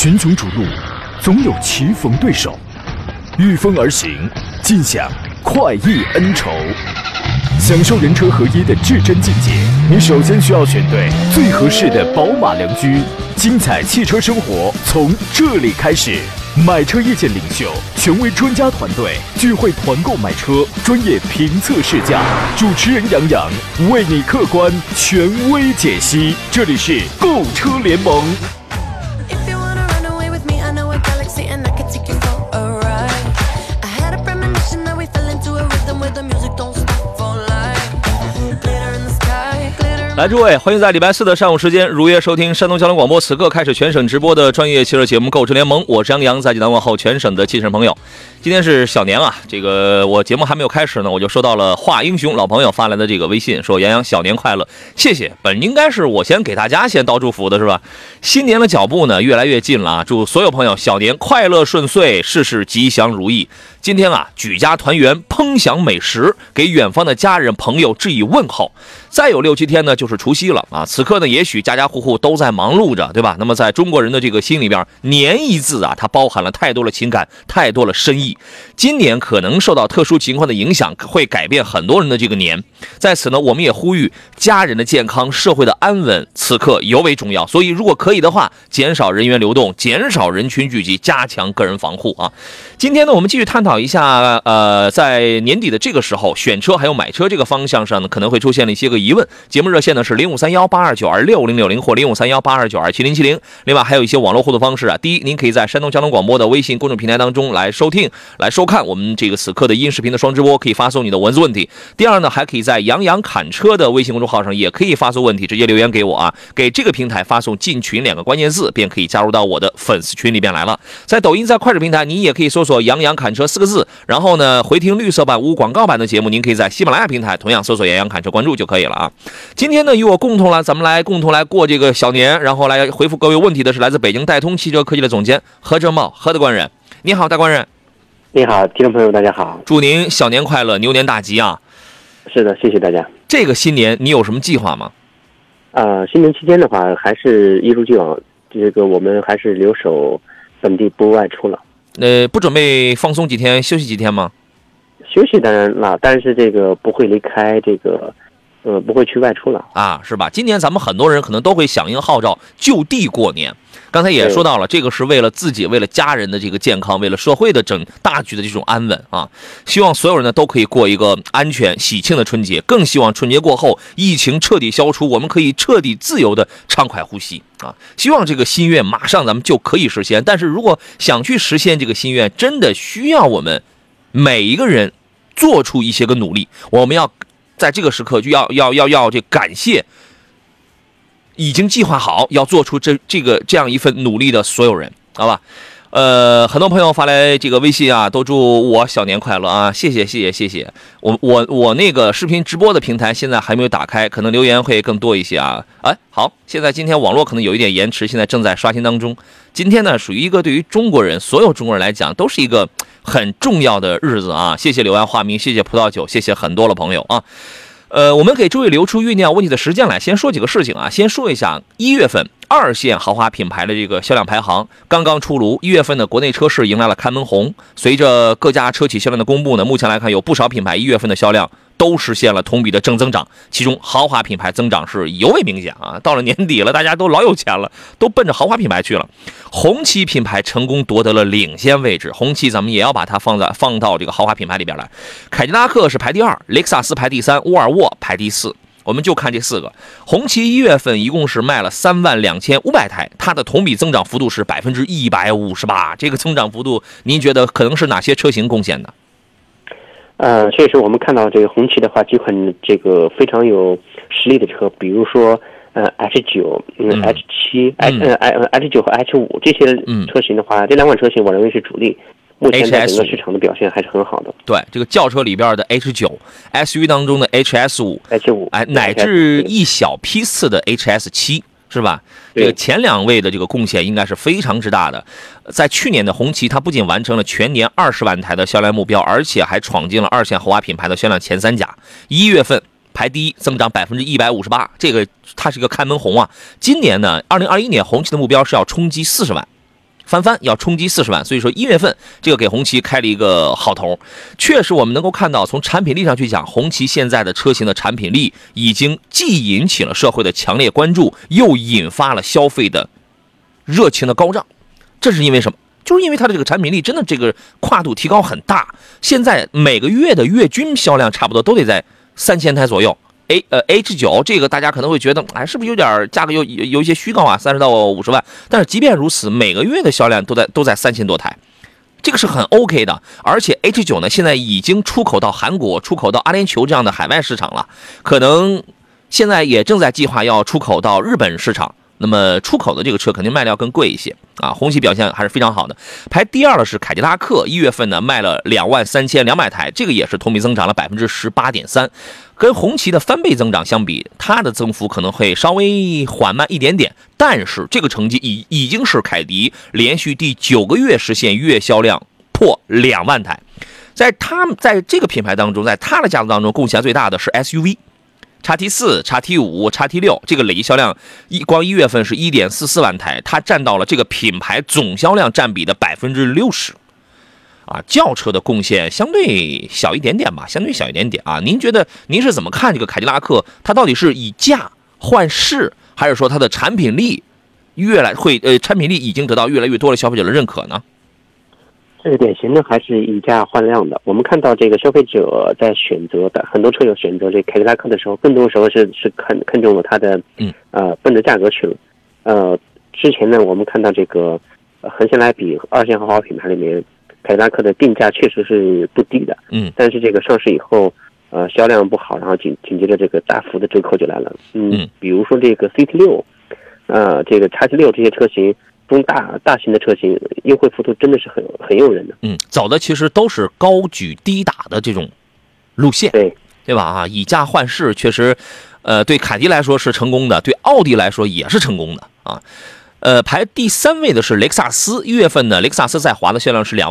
群雄逐鹿，总有棋逢对手，御风而行，尽享快意恩仇。享受人车合一的至臻境界，你首先需要选对最合适的宝马良驹。精彩汽车生活从这里开始。买车意见领袖，权威专家团队聚会团购买车，专业评测试驾。主持人杨洋为你客观权威解析。这里是购车联盟。来，诸位，欢迎在礼拜四的上午时间如约收听山东交通广播。此刻开始全省直播的专业汽车节目《购车联盟》，我是杨洋，在济南问候全省的汽车朋友。今天是小年啊，这个我节目还没有开始呢，我就收到了华英雄老朋友发来的这个微信，说杨洋小年快乐，谢谢。本应该是我先给大家先道祝福的是吧？新年的脚步呢越来越近了啊，祝所有朋友小年快乐顺遂，事事吉祥如意。今天啊，举家团圆，烹享美食，给远方的家人朋友致以问候。再有6-7天呢，就是除夕了啊！此刻呢，也许家家户户都在忙碌着，对吧？那么在中国人的这个心里边，年一字啊，它包含了太多的情感，太多的深意。今年可能受到特殊情况的影响，会改变很多人的这个年。在此呢，我们也呼吁家人的健康、社会的安稳，此刻尤为重要。所以，如果可以的话，减少人员流动，减少人群聚集，加强个人防护啊！今天呢，我们继续探讨一下，在年底的这个时候，选车还有买车这个方向上呢，可能会出现了一些个疑问。节目热线呢是053182926060或053182927070。另外还有一些网络互动方式啊。第一，您可以在山东交通广播的微信公众平台当中来收听、来收看我们这个此刻的音视频的双直播，可以发送你的文字问题。第二呢，还可以在杨洋侃车的微信公众号上也可以发送问题，直接留言给我啊。给这个平台发送进群2个关键字，便可以加入到我的粉丝群里边来了。在抖音、在快手平台，您也可以搜索杨洋侃车4个字，然后呢回听绿色版无广告版的节目，您可以在喜马拉雅平台同样搜索杨洋侃车关注就可以了啊。今天呢，与我咱们来共同来过这个小年，然后来回复各位问题的是来自北京戴通汽车科技的总监何正茂，何大官人。你好，大官人。 你好，听众朋友大家好， 祝您小年快乐，牛年大吉啊！ 是的，谢谢大家。 这个新年你有什么计划吗？ 新年期间的话，还是一如既往，这个我们还是留守本地，不外出了。 不准备放松几天，休息几天吗？ 休息当然了，但是这个不会离开这个。不会去外出了啊，是吧？今年咱们很多人可能都会响应号召，就地过年。刚才也说到了，这个是为了自己、为了家人的这个健康，为了社会的整大局的这种安稳啊。希望所有人呢都可以过一个安全、喜庆的春节，更希望春节过后疫情彻底消除，我们可以彻底自由的畅快呼吸啊。希望这个心愿马上咱们就可以实现。但是如果想去实现这个心愿，真的需要我们每一个人做出一些个努力。我们要在这个时刻就要这感谢已经计划好要做出这样一份努力的所有人，好吧？很多朋友发来这个微信啊，都祝我小年快乐啊！谢谢。我那个视频直播的平台现在还没有打开，可能留言会更多一些啊。好，今天网络可能有一点延迟，现在正在刷新当中。今天呢，属于一个对于中国人所有中国人来讲都是一个很重要的日子啊！谢谢柳暗花明，谢谢葡萄酒，谢谢很多的朋友啊。我们给诸位留出酝酿问题的时间来，先说几个事情啊。先说一下1月份2线豪华品牌的这个销量排行刚刚出炉。1月份的国内车市迎来了开门红，随着各家车企销量的公布呢，目前来看有不少品牌1月份的销量都实现了同比的正增长，其中豪华品牌增长是尤为明显啊！到了年底了，大家都老有钱了，都奔着豪华品牌去了。红旗品牌成功夺得了领先位置，红旗咱们也要把它放到这个豪华品牌里边来。凯迪拉克是排第2，雷克萨斯排第3，沃尔沃排第4。我们就看这4个。红旗1月份一共是卖了32500台，它的同比增长幅度是158%。这个增长幅度，您觉得可能是哪些车型贡献的？ 确实，我们看到这个红旗的话，几款这个非常有实力的车，比如说H9、H7、H9 和 H5 这些车型的话，这2款车型我认为是主力。目前在整个市场的表现还是很好的。对， 这个轿车里边的 H9，SUV 当中的 HS5，乃至一小批次的 HS7。是吧？这个前2位的这个贡献应该是非常之大的。在去年的红旗，它不仅完成了全年20万台的销量目标，而且还闯进了2线豪华品牌的销量前3甲。1月份排第1，增长158%，这个它是一个开门红啊。今年呢，2021年红旗的目标是要冲击40万。 翻要冲击40万，所以说1月份这个给红旗开了一个好头。确实我们能够看到，从产品力上去讲，红旗现在的车型的产品力已经既引起了社会的强烈关注，又引发了消费的热情的高涨。这是因为什么？就是因为它的这个产品力真的这个跨度提高很大，现在每个月的月均销量差不多都得在3000台左右。H9 这个大家可能会觉得，哎，是不是有点价格有一些虚高啊，30到50万？但是即便如此，每个月的销量都在3000多台，这个是很 OK 的。而且 H9 呢，现在已经出口到韩国、出口到阿联酋这样的海外市场了，可能现在也正在计划要出口到日本市场。那么出口的这个车肯定卖的要更贵一些啊，红旗表现还是非常好的。排第二的是凯迪拉克，1月份呢卖了23200台，这个也是同比增长了18.3%，跟红旗的翻倍增长相比，它的增幅可能会稍微缓慢一点点，但是这个成绩已经是凯迪连续第9个月实现月销量破2万台。在这个品牌当中，在它的家族当中贡献最大的是 SUV。XT4、XT5、XT6 这个累计销量光1月份是1.44万台，它占到了这个品牌总销量占比的60%。啊，轿车的贡献相对小一点点吧，啊。您是怎么看这个凯迪拉克？它到底是以价换市，还是说它的产品力产品力已经得到越来越多的消费者的认可呢？ 这个典型的还是以价换量的。我们看到这个消费者在选择的很多车友选择这凯迪拉克的时候，更多时候是看中了它的奔着价格去了。之前呢，我们看到这个横线来比2线豪华品牌里面，凯迪拉克的定价确实是不低的。但是这个上市以后，销量不好，然后紧接着这个大幅的折扣就来了。比如说这个 CT6，这个 XT6 这些车型。中大型的车型优惠幅度真的是很诱人的。 走的其实都是高举低打的这种路线，对吧？啊，以价换市确实，对凯迪来说是成功的，对奥迪来说也是成功的啊。排第3位的是雷克萨斯，1月份呢，雷克萨斯在华的销量是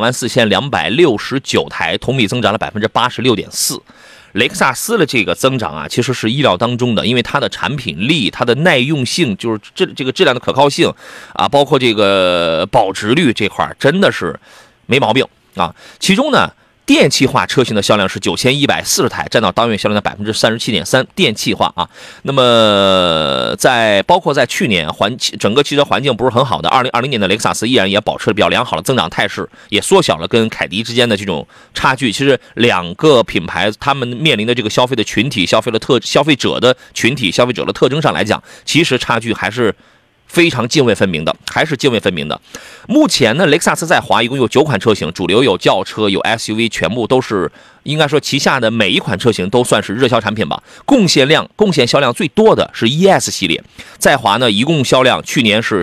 24269台，同比增长了86.4%。雷克萨斯的这个增长啊，其实是意料当中的，因为它的产品力、它的耐用性，就是这个质量的可靠性啊，包括这个保值率这块真的是没毛病啊。其中呢，电气化车型的销量是9140台，占到当月销量的37.3%。电气化啊，那么包括在去年整个汽车环境不是很好的2020年的雷克萨斯依然也保持了比较良好的增长态势，也缩小了跟凯迪之间的这种差距。其实两个品牌他们面临的这个消费的群体、消费者的群体、消费者的特征上来讲，其实差距还是非常泾渭分明的，目前呢，雷克萨斯在华一共有9款车型，主流有轿车，有 SUV， 全部都是应该说旗下的每一款车型都算是热销产品吧。贡献销量最多的是 ES 系列，在华呢，一共销量去年是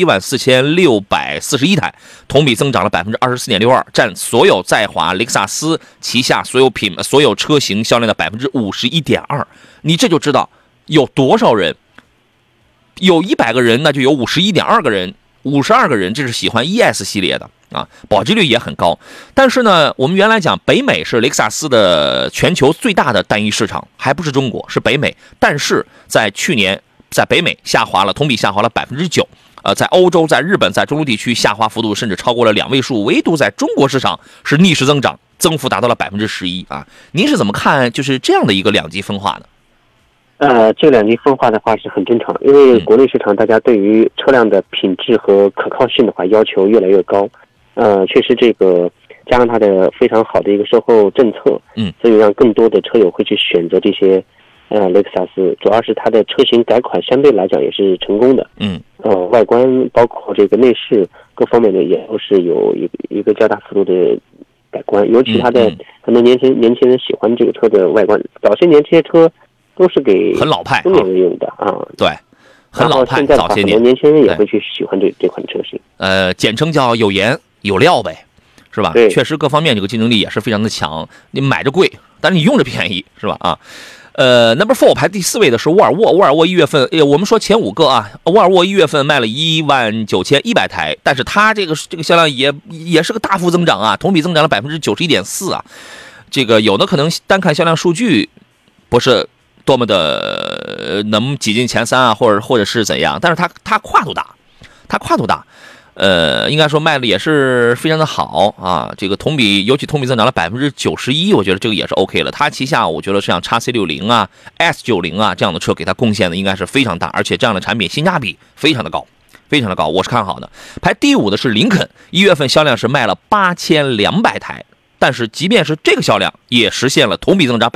114641台，同比增长了24.62%，占所有在华雷克萨斯旗下所有车型销量的51.2%。你这就知道有多少人。有100个人，那就有51.2个人，52个人，这是喜欢 ES 系列的啊，保值率也很高。但是呢，我们原来讲北美是雷克萨斯的全球最大的单一市场，还不是中国，是北美。但是在去年，在北美同比下滑了9%。在欧洲、在日本、在中东地区下滑幅度甚至超过了2位数，唯独在中国市场是逆势增长，增幅达到了11%啊。您是怎么看就是这样的一个两极分化呢？ 这两极分化的话是很正常，因为国内市场大家对于车辆的品质和可靠性的话要求越来越高。确实这个加上它的非常好的一个售后政策，所以让更多的车友会去选择这些雷克萨斯，主要是它的车型改款相对来讲也是成功的。外观包括这个内饰各方面的也都是有一个较大幅度的改观，尤其它的很多年轻人喜欢这个车的外观。早些年这些车都是给很老派中年人用的啊， 对，很老派。 现在的话，很多年轻人也会去喜欢这款车型。 简称叫有颜有料呗，是吧？ 对， 确实各方面这个竞争力也是非常的强。你买着贵，但是你用着便宜，是吧？啊。Number 4排第4位的是沃尔沃。沃尔沃1月份，我们说前5个啊，沃尔沃1月份卖了19100台，但是它这个销量也是个大幅增长啊，同比增长了91.4%啊。这个有的可能单看销量数据不是多么的能挤进前3啊，或者是怎样，但是它跨度大， 应该说卖的也是非常的好啊。这个尤其同比增长了91%，我觉得这个也是 OK 了。它旗下我觉得像 XC60 啊、S90啊这样的车给它贡献的应该是非常大，而且这样的产品性价比非常的高，非常的高，我是看好的。排第5的是林肯，1月份销量是卖了8200台，但是即便是这个销量也实现了同比增长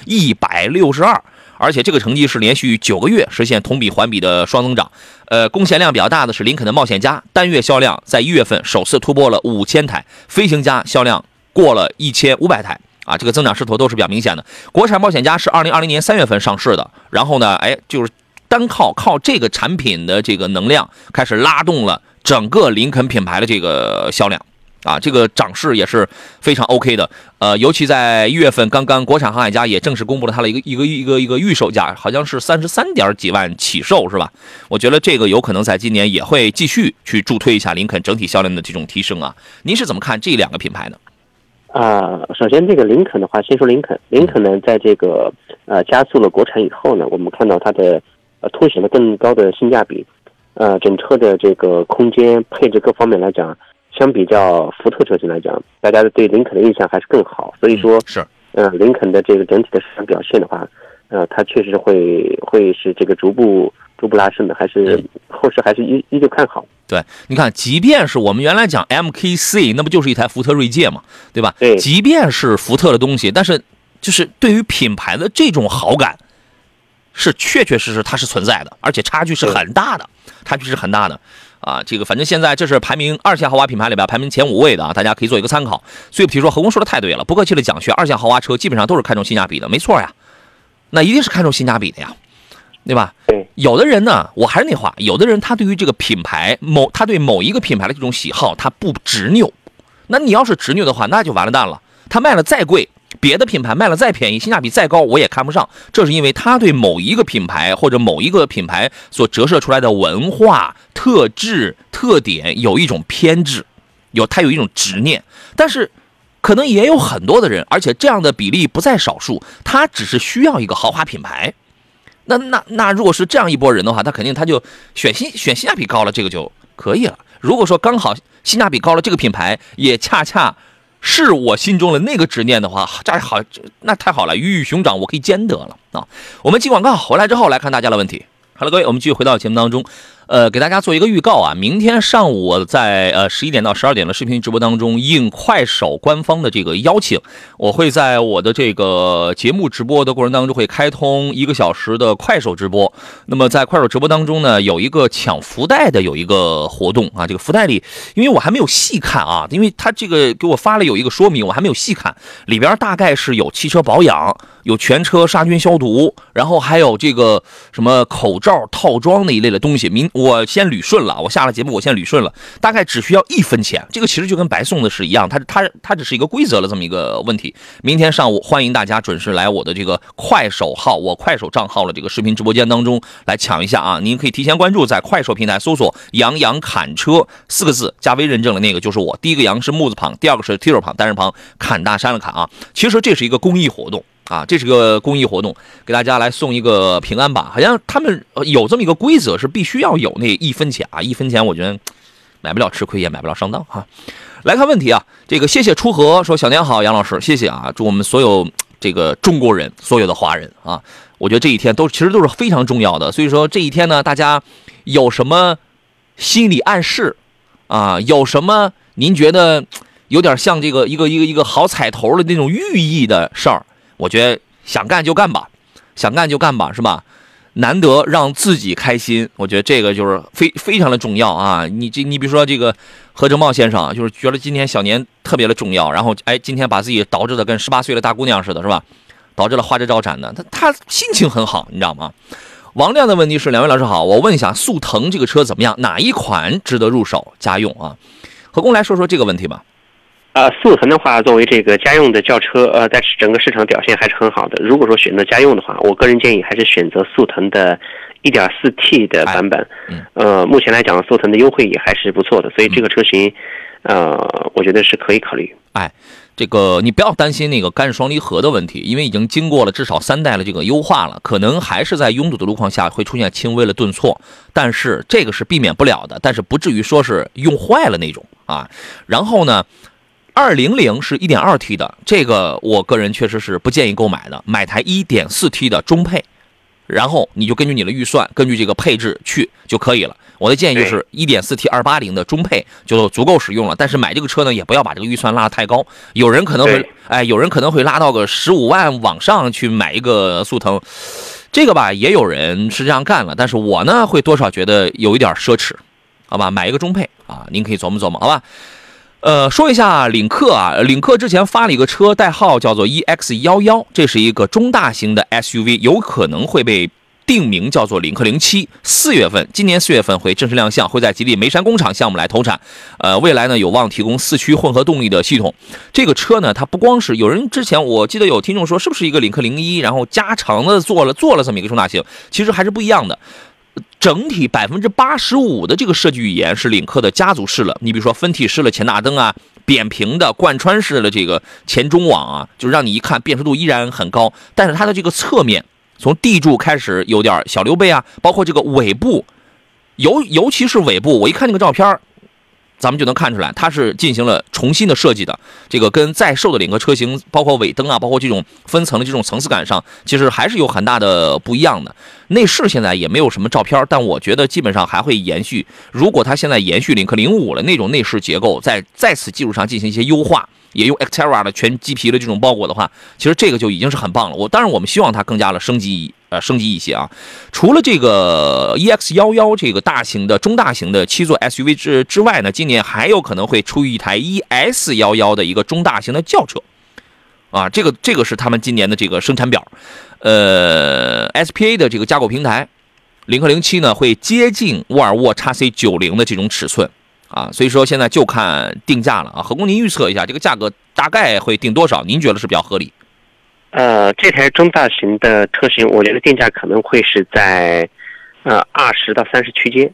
162%。而且这个成绩是连续9个月实现同比环比的双增长。贡献量比较大的是林肯的冒险家，单月销量在1月份首次突破了5000台，飞行家销量过了1500台啊，这个增长势头都是比较明显的。国产冒险家是2020年3月份上市的，然后呢，就是单靠这个产品的这个能量，开始拉动了整个林肯品牌的这个销量。啊，这个涨势也是非常 OK 的，尤其在1月份，刚刚国产航海家也正式公布了它的一个预售价，好像是33点几万起售，是吧？我觉得这个有可能在今年也会继续去助推一下林肯整体销量的这种提升啊。您是怎么看这2个品牌呢？ 首先这个林肯的话，先说林肯呢，在这个加速了国产以后呢，我们看到它的凸显了更高的性价比，整车的这个空间配置各方面来讲。相比较福特车型来讲，大家对林肯的印象还是更好，所以说是， 林肯的这个整体的市场表现的话，它确实会是这个逐步拉升的，还是后市还是依旧看好。 对，你看，即便是我们原来讲 MKC， 那不就是一台福特锐界嘛，对吧？ 对， 即便是福特的东西，但是就是对于品牌的这种好感，是确实它是存在的，而且差距是很大的，啊，这个反正现在这是排名2线豪华品牌里边排名前5位的啊，大家可以做一个参考。所以比如说何工说的太对了，不客气的讲句，2线豪华车基本上都是看重性价比的，没错呀，那一定是看重性价比的呀，对吧？ 对。 有的人呢，我还是那话，有的人他对于这个品牌他对某一个品牌的这种喜好，他不执拗。那你要是执拗的话，那就完了蛋了。他卖了再贵，别的品牌卖了再便宜，性价比再高，我也看不上。这是因为他对某一个品牌或者某一个品牌所折射出来的文化特质特点有一种偏执，他有一种执念。但是可能也有很多的人，而且这样的比例不在少数，他只是需要一个豪华品牌。那如果是这样一波人的话，他肯定他就选性价比高了，这个就可以了。如果说刚好性价比高了，这个品牌也恰恰是我心中的那个执念的话，这好，那太好了，鱼与熊掌我可以兼得了啊！我们进广告回来之后来看大家的问题。好了，各位，我们继续回到节目当中，给大家做一个预告啊，明天上午我在11点到12点的视频直播当中，应快手官方的这个邀请，我会在我的这个节目直播的过程当中会开通1个小时的快手直播。那么在快手直播当中呢，有一个抢福袋的有一个活动啊，这个福袋里，因为我还没有细看啊，因为他这个给我发了有一个说明，我还没有细看，里边大概是有汽车保养，有全车杀菌消毒，然后还有这个什么口罩套装那一类的东西。我先捋顺了，我下了节目我先捋顺了，大概只需要1分钱，这个其实就跟白送的是一样，它只是一个规则了这么一个问题。明天上午欢迎大家准时来我的这个快手号，我快手账号的这个视频直播间当中来抢一下啊！您可以提前关注，在快手平台搜索“杨洋侃车”4个字，加微认证的那个就是我。第一个杨是木字旁，第二个是 T 字旁，单人旁，侃大山的侃啊。其实这是一个公益活动。这是个公益活动，给大家来送一个平安把，好像他们有这么一个规则，是必须要有那1分钱啊，1分钱我觉得买不了吃亏，也买不了上当哈。来看问题啊，这个谢谢初和说小年好，杨老师，谢谢啊，祝我们所有这个中国人，所有的华人啊，我觉得这一天其实都是非常重要的，所以说这一天呢，大家有什么心理暗示啊，有什么您觉得有点像这个一个好彩头的那种寓意的事儿，我觉得想干就干吧，是吧？难得让自己开心，我觉得这个就是非常的重要啊！你比如说这个何正茂先生，就是觉得今天小年特别的重要，然后今天把自己捯饬的跟18岁的大姑娘似的，是吧？捯饬了花枝招展的，他心情很好，你知道吗？王亮的问题是，两位老师好，我问一下速腾这个车怎么样？哪一款值得入手家用啊？何工来说说这个问题吧。 速腾的话，作为这个家用的轿车，在整个市场表现还是很好的。如果说选择家用的话，我个人建议还是选择速腾的 1.4T 的版本。目前来讲，速腾的优惠也还是不错的，所以这个车型，我觉得是可以考虑。 这个你不要担心那个干式双离合的问题，因为已经经过了至少3代的这个优化了，可能还是在拥堵的路况下会出现轻微的顿挫，但是这个是避免不了的，但是不至于说是用坏了那种啊。然后呢，200是 1.2T 的，这个我个人确实是不建议购买的，买台 1.4T 的中配，然后你就根据你的预算，根据这个配置去就可以了。我的建议就是 1.4T 280的中配就足够使用了，但是买这个车呢，也不要把这个预算拉得太高。有人可能会拉到个15万往上去买一个速腾，这个吧也有人是这样干了，但是我呢会多少觉得有一点奢侈，好吧？买一个中配啊，您可以琢磨琢磨，好吧？说一下领克啊，领克之前发了一个车，代号叫做 EX11，这是一个中大型的 SUV， 有可能会被定名叫做领克07，今年4月份会正式亮相，会在吉利梅山工厂项目来投产。未来呢有望提供4驱混合动力的系统。这个车呢，它不光是有人之前我记得有听众说是不是一个领克01，然后加长的做了这么一个中大型，其实还是不一样的。整体85%的这个设计语言是领克的家族式了，你比如说分体式的前大灯啊，扁平的贯穿式的这个前中网啊，就是让你一看辨识度依然很高，但是它的这个侧面从地柱开始有点小溜背啊，包括这个尾部，尤其是尾部，我一看这个照片，咱们就能看出来，它是进行了重新的设计的。这个跟在售的领克车型，包括尾灯啊，包括这种分层的这种层次感上，其实还是有很大的不一样的。内饰现在也没有什么照片，但我觉得基本上还会延续。如果它现在延续领克05的那种内饰结构，在此基础上进行一些优化，也用 Xterra 的全麂皮的这种包裹的话，其实这个就已经是很棒了。当然我们希望它更加的升级一些啊。除了这个 EX11这个中大型的7座 SUV 之外呢，今年还有可能会出一台 ES11的一个中大型的轿车啊，这个是他们今年的这个生产表。SPA 的这个架构平台，领克07呢会接近沃尔沃 XC90 的这种尺寸啊，所以说现在就看定价了啊。何工，您预测一下这个价格大概会定多少？您觉得是比较合理？ 这台中大型的车型，我觉得定价可能会是在20到30区间。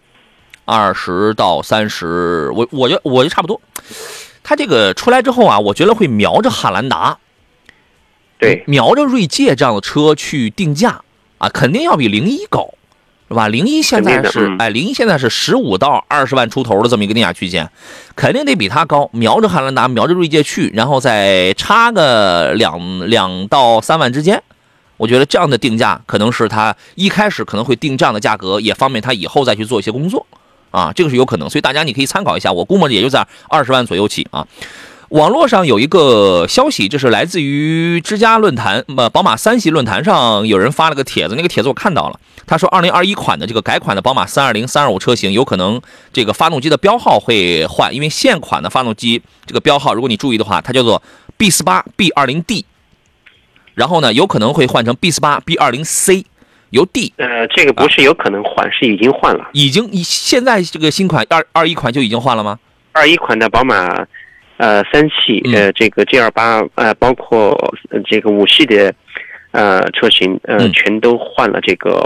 20到30，我觉得差不多。它这个出来之后啊，我觉得会瞄着汉兰达， 对， 瞄着锐界这样的车去定价啊，肯定要比01高，是吧？01现在是01现在是15到20万出头的这么一个定价区间，肯定得比它高。瞄着汉兰达，瞄着锐界去，然后再差个2到3万之间。我觉得这样的定价可能是它一开始可能会定这样的价格，也方便它以后再去做一些工作啊，这个是有可能。所以大家你可以参考一下，我估摸着也就在20万左右起啊。网络上有一个消息，这是来自于之家论坛，宝马3系论坛上有人发了个帖子，那个帖子我看到了。他说2021款的这个改款的宝马320、325车型有可能这个发动机的标号会换，因为现款的发动机这个标号，如果你注意的话，它叫做 B48 B20D， 然后呢有可能会换成 B48 B20C， 由 D。 这个不是有可能换，是已经换了。 现在这个新款21款就已经换了吗 ？21款的宝马3系这个 G28 包括这个5系的车型全都换了这个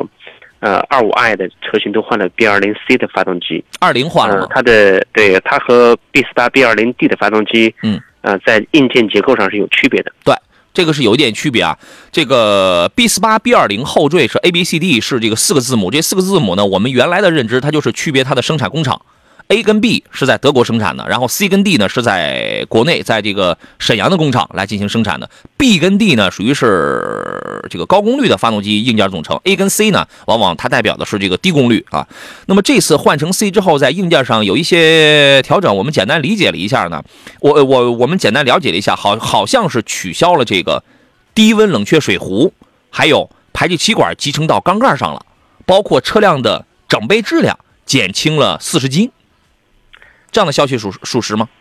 25i 的车型都换了 B20C 的发动机。 20换了吗？ 它和 B48 B20D 的发动机在硬件结构上是有区别的。 对，这个是有一点区别啊。这个 B48 B20 后缀是 ABCD 是这个4个字母，这4个字母呢，我们原来的认知它就是区别它的生产工厂。A 跟 B 是在德国生产的，然后 C 跟 D 呢是在国内，在这个沈阳的工厂来进行生产的。B 跟 D 呢属于是这个高功率的发动机硬件总成 ，A 跟 C 呢往往它代表的是这个低功率啊。那么这次换成 C 之后，在硬件上有一些调整，我们简单理解了一下呢，我们简单了解了一下，好像是取消了这个低温冷却水壶，还有排气气管集成到缸盖上了，包括车辆的整备质量减轻了40斤。这样的消息属实吗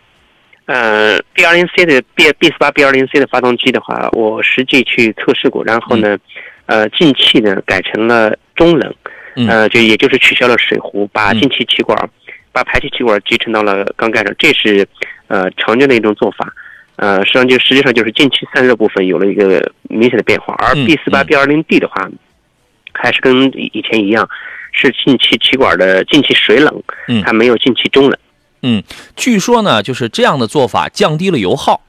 ？B20C 的 B48 B20C 的发动机的话，我实际去测试过，然后呢，进气呢改成了中冷，也就是取消了水壶，把进气气管、把排气气管集成到了缸盖上，这是常见的一种做法。实际上就是进气散热部分有了一个明显的变化，而 B48 B20D 的话，还是跟以前一样，是进气气管的进气水冷，它没有进气中冷。 据说呢，就是这样的做法降低了油耗，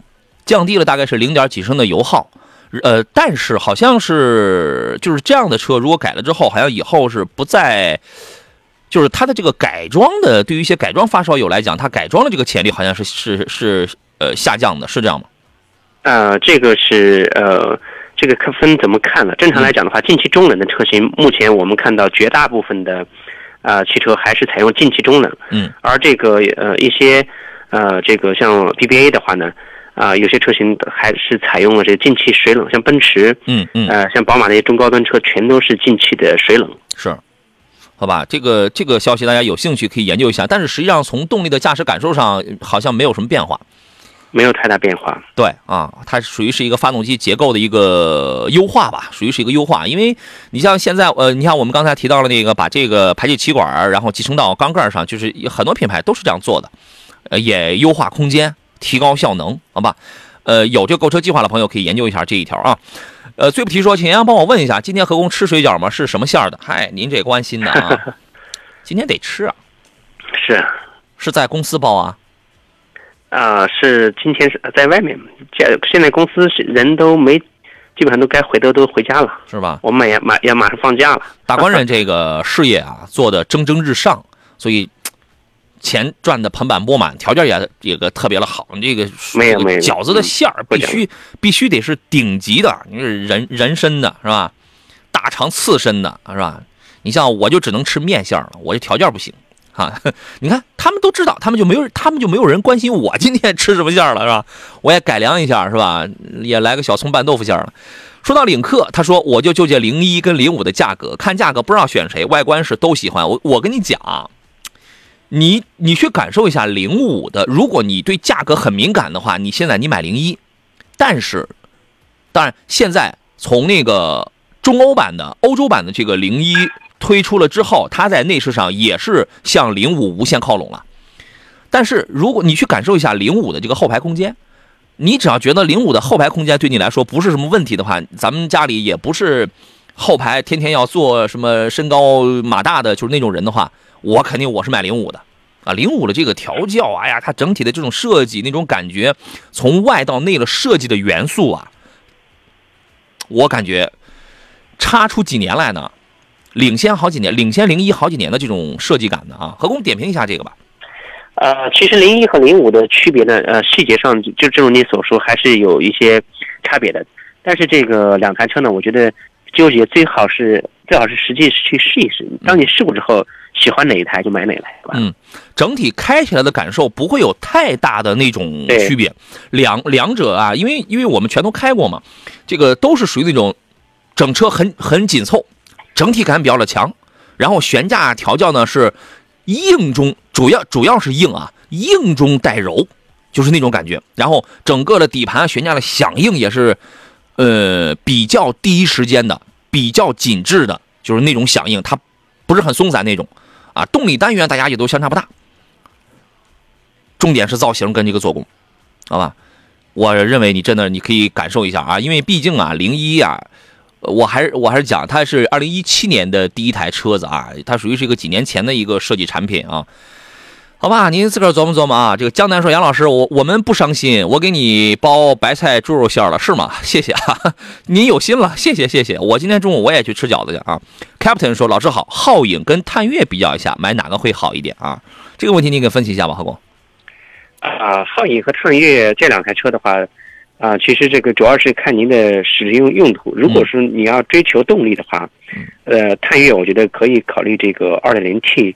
降低了大概是0点几升的油耗。但是好像是就是这样的车，如果改了之后，好像以后是不再，就是它的这个改装的，对于一些改装发烧友来讲，它改装的这个潜力好像是下降的，是这样吗？ 这个是这个可分怎么看了？正常来讲的话，进气中冷的车型，目前我们看到绝大部分的汽车还是采用进气中冷。而这个一些这个像 BBA 的话呢。有些车型还是采用了这个进气水冷，像奔驰，像宝马那些中高端车，全都是进气的水冷。 是，好吧，这个消息大家有兴趣可以研究一下。但是实际上从动力的驾驶感受上，好像没有什么变化， 没有太大变化。 对啊，它属于是一个发动机结构的一个优化吧，属于是一个优化。因为你像现在你看我们刚才提到了那个把这个排气气管然后集成到缸盖上，就是很多品牌都是这样做的，也优化空间。提高效能，好吧？有这个购车计划的朋友可以研究一下这一条啊。最不提说，请杨帮我问一下，今天何工吃水饺吗？是什么馅儿的？嗨，您这关心的啊，今天得吃啊。是在公司包啊？ 是今天是在外面。现在公司人都没，基本上都该都回家了，是吧？ 我们也马上放假了。 大官人这个事业啊，做的蒸蒸日上，所以。钱赚的盆满钵满，条件也特别的好。这个没有饺子的馅儿必须得是顶级的，你是人参的是吧？大肠刺身的是吧？你像我就只能吃面馅了，我这条件不行啊。你看他们都知道，他们就没有人关心我今天吃什么馅了是吧？我也改良一下是吧？也来个小葱拌豆腐馅了。说到领克，他说我就纠结01跟05的价格，看价格不知道选谁，外观是都喜欢。我跟你讲。你去感受一下05的，如果你对价格很敏感的话，现在你买01，但是，当然现在从那个中欧版的欧洲版的这个01推出了之后，它在内饰上也是向05无限靠拢了。但是如果你去感受一下05的这个后排空间，你只要觉得05的后排空间对你来说不是什么问题的话，咱们家里也不是后排天天要做什么身高马大的就是那种人的话。我肯定是买05的啊，05的这个调教，哎呀，它整体的这种设计那种感觉，从外到内的设计的元素啊，我感觉差出几年来呢，领先01好几年的这种设计感的啊。何工点评一下这个吧。 其实01和05的区别呢，细节上就正如你所说，还是有一些差别的。但是这个两台车呢，我觉得纠结最好是实际去试一试。当你试过之后。喜欢哪一台就买哪一台， 整体开起来的感受不会有太大的那种区别。两者啊，因为我们全都开过嘛，这个都是属于那种整车很紧凑，整体感比较的强。然后悬架调教呢是硬中主要是硬啊，硬中带柔，就是那种感觉。然后整个的底盘悬架的响应也是比较第一时间的，比较紧致的，就是那种响应，它不是很松散那种。动力单元大家也都相差不大，重点是造型跟这个做工，好吧？我认为你可以感受一下啊，因为毕竟01我还是讲它是2017年的第一台车子啊，它属于是一个几年前的一个设计产品啊。好吧，您自个儿琢磨琢磨啊。这个江南说，杨老师，我们不伤心，我给你包白菜猪肉馅了，是吗？谢谢啊，您有心了，谢谢。我今天中午我也去吃饺子去啊。Captain 说，老师好，皓影跟探岳比较一下，买哪个会好一点啊？这个问题您给分析一下吧，何工。 皓影和探岳这两台车的话，其实这个主要是看您的使用途。如果是你要追求动力的话，探岳我觉得可以考虑这个 2.0T，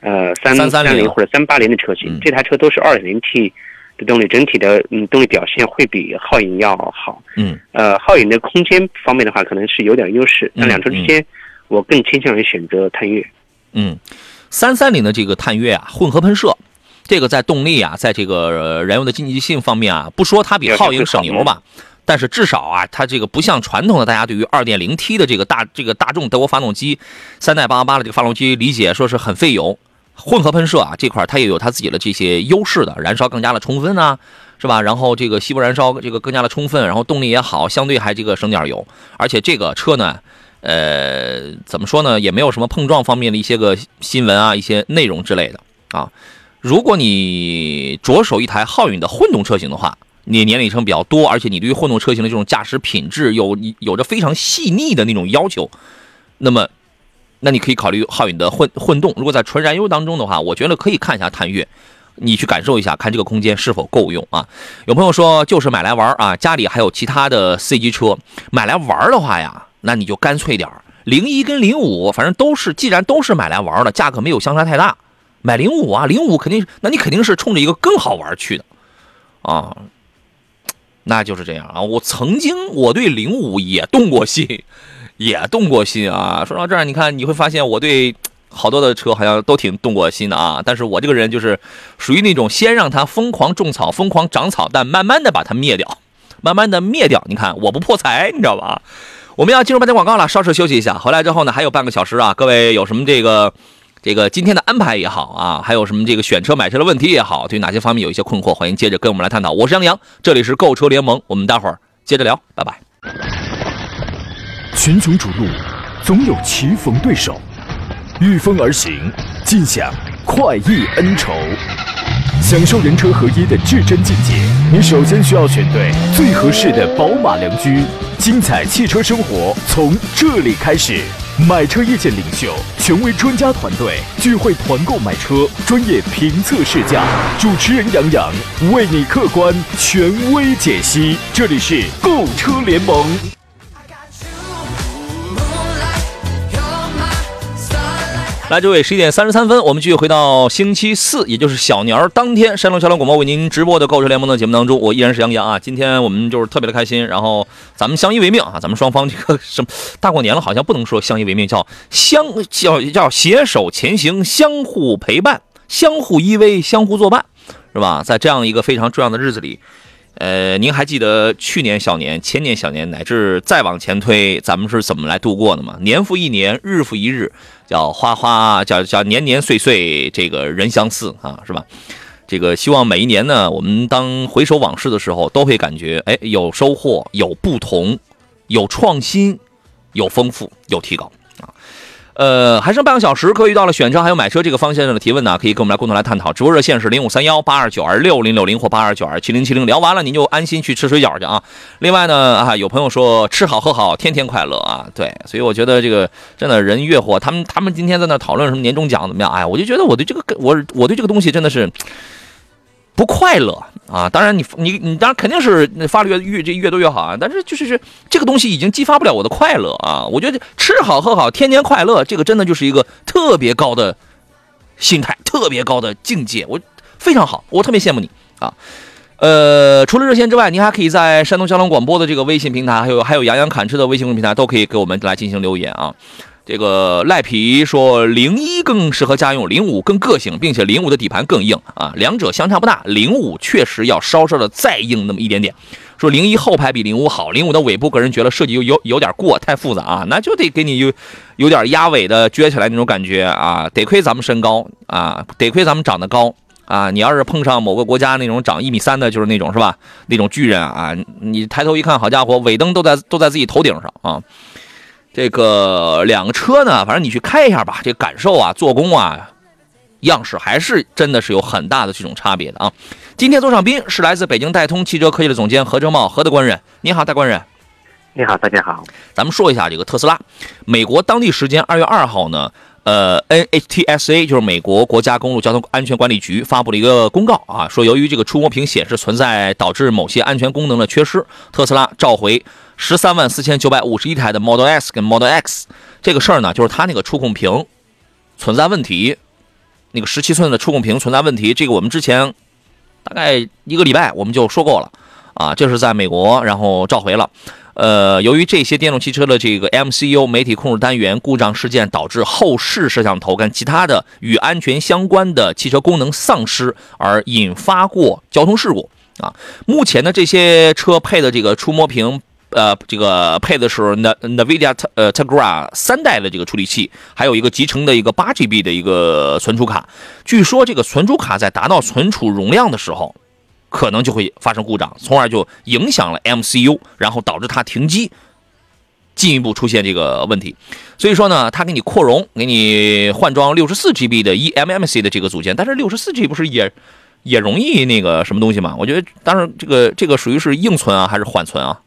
330或者380的车型，这台车都是 2.0T 的动力，整体的动力表现会比皓影要好。皓影的空间方面的话，可能是有点优势，但两车之间，我更倾向于选择探岳。 330的这个探岳混合喷射。这个在动力在这个燃油的经济性方面不说它比皓影省油吧，但是至少它这个不像传统的大家对于 2.0T 的这个大众德国发动机3代888的这个发动机理解说是很费油，混合喷射这块它也有它自己的这些优势的，燃烧更加的充分是吧？然后这个吸附燃烧这个更加的充分，然后动力也好，相对还这个省点油，而且这个车呢怎么说呢，也没有什么碰撞方面的一些个新闻一些内容之类的如果你着手一台皓影的混动车型的话， 你年龄里程比较多，而且你对于混动车型的这种驾驶品质有着非常细腻的那种要求，那你可以考虑皓影的混动。如果在纯燃油当中的话，我觉得可以看一下探岳，你去感受一下，看这个空间是否够用啊。有朋友说就是买来玩啊，家里还有其他的 C 级车，买来玩的话呀，那你就干脆点，01跟05，反正既然都是买来玩的，价格没有相差太大，买05啊，05肯定，那你肯定是冲着一个更好玩去的啊。那就是这样啊。我对05也动过心啊。说到这儿，你看你会发现我对好多的车好像都挺动过心的啊。但是我这个人就是属于那种先让它疯狂种草、疯狂长草，但慢慢的把它灭掉，你看我不破财，你知道吧？我们要进入半点广告了，稍事休息一下。回来之后呢，还有半个小时啊，各位有什么这个今天的安排也好啊，还有什么这个选车买车的问题也好，对哪些方面有一些困惑，欢迎接着跟我们来探讨。我是杨洋，这里是购车联盟，我们待会儿接着聊，拜拜。 群雄逐鹿，总有棋逢对手，御风而行，尽享快意恩仇。享受人车合一的至臻境界，你首先需要选对最合适的宝马良驹。精彩汽车生活从这里开始。买车意见领袖，权威专家团队聚会团购买车，专业评测试驾，主持人杨洋为你客观权威解析。这里是购车联盟。 来，诸位，11点33分，我们继续回到星期四，也就是小年儿当天，山东交通广播为您直播的购车联盟的节目当中，我依然是杨洋啊。今天我们就是特别的开心，然后咱们相依为命啊，咱们双方这个什么大过年了，好像不能说相依为命，叫携手前行，相互陪伴，相互依偎，相互作伴，是吧？在这样一个非常重要的日子里。您还记得去年小年、前年小年，乃至再往前推，咱们是怎么来度过的吗？年复一年，日复一日，叫年年岁岁，这个人相似啊，是吧？这个希望每一年呢，我们当回首往事的时候，都会感觉有收获，有不同，有创新，有丰富，有提高啊。还剩半个小时，各位遇到了选车还有买车这个方向上的提问呢，可以跟我们来共同来探讨。直播热线是053182926060或82927070，聊完了您就安心去吃水饺去啊。另外呢有朋友说吃好喝好，天天快乐啊，对，所以我觉得这个真的人越火，他们今天在那讨论什么年终奖怎么样，我就觉得我对这个东西真的是不快乐啊！当然你当然肯定是发的越多越好啊，但是就是这个东西已经激发不了我的快乐啊！我觉得吃好喝好，天天快乐，这个真的就是一个特别高的心态，特别高的境界，我非常好，我特别羡慕你啊！除了热线之外，您还可以在山东交通广播的这个微信平台，还有杨洋侃车的微信公众平台，都可以给我们来进行留言啊。这个赖皮说01更适合家用，05更个性，并且05的底盘更硬啊，两者相差不大，05确实要稍稍的再硬那么一点点。说01后排比05好，05的尾部个人觉得设计有点过，太复杂啊，那就得给你有点压尾的撅起来那种感觉啊，得亏咱们身高啊，得亏咱们长得高啊，你要是碰上某个国家那种长1.3米的，就是那种是吧，那种巨人啊，你抬头一看，好家伙，尾灯都在自己头顶上啊。这个两个车呢，反正你去开一下吧，这个感受啊，做工啊，样式还是真的是有很大的这种差别的啊。今天座上宾是来自北京戴通汽车科技的总监何正茂，何的官人，你好，大官人。 你好，大家好。 咱们说一下这个特斯拉，美国当地时间2月2号呢。NHTSA 就是美国国家公路交通安全管理局发布了一个公告啊，说由于这个触摸屏显示存在导致某些安全功能的缺失，特斯拉召回134951台的 Model S 跟 Model X。这个事儿呢，就是它那个触控屏存在问题，那个17寸的触控屏存在问题，这个我们之前大概1个礼拜我们就说过了啊，这是在美国然后召回了。由于这些电动汽车的这个 MCU 媒体控制单元故障事件，导致后视摄像头跟其他的与安全相关的汽车功能丧失，而引发过交通事故啊。目前呢，这些车配的这个触摸屏，这个配的是 NVIDIA Tegra 3代的这个处理器，还有一个集成的一个8GB 的一个存储卡。据说这个存储卡在达到存储容量的时候，可能就会发生故障，从而就影响了 MCU， 然后导致它停机，进一步出现这个问题。所以说呢，它给你扩容，给你换装64GB 的 eMMC 的这个组件，但是64G 不是也也容易那个什么东西嘛？我觉得，当然这个属于是硬存啊，还是缓存啊？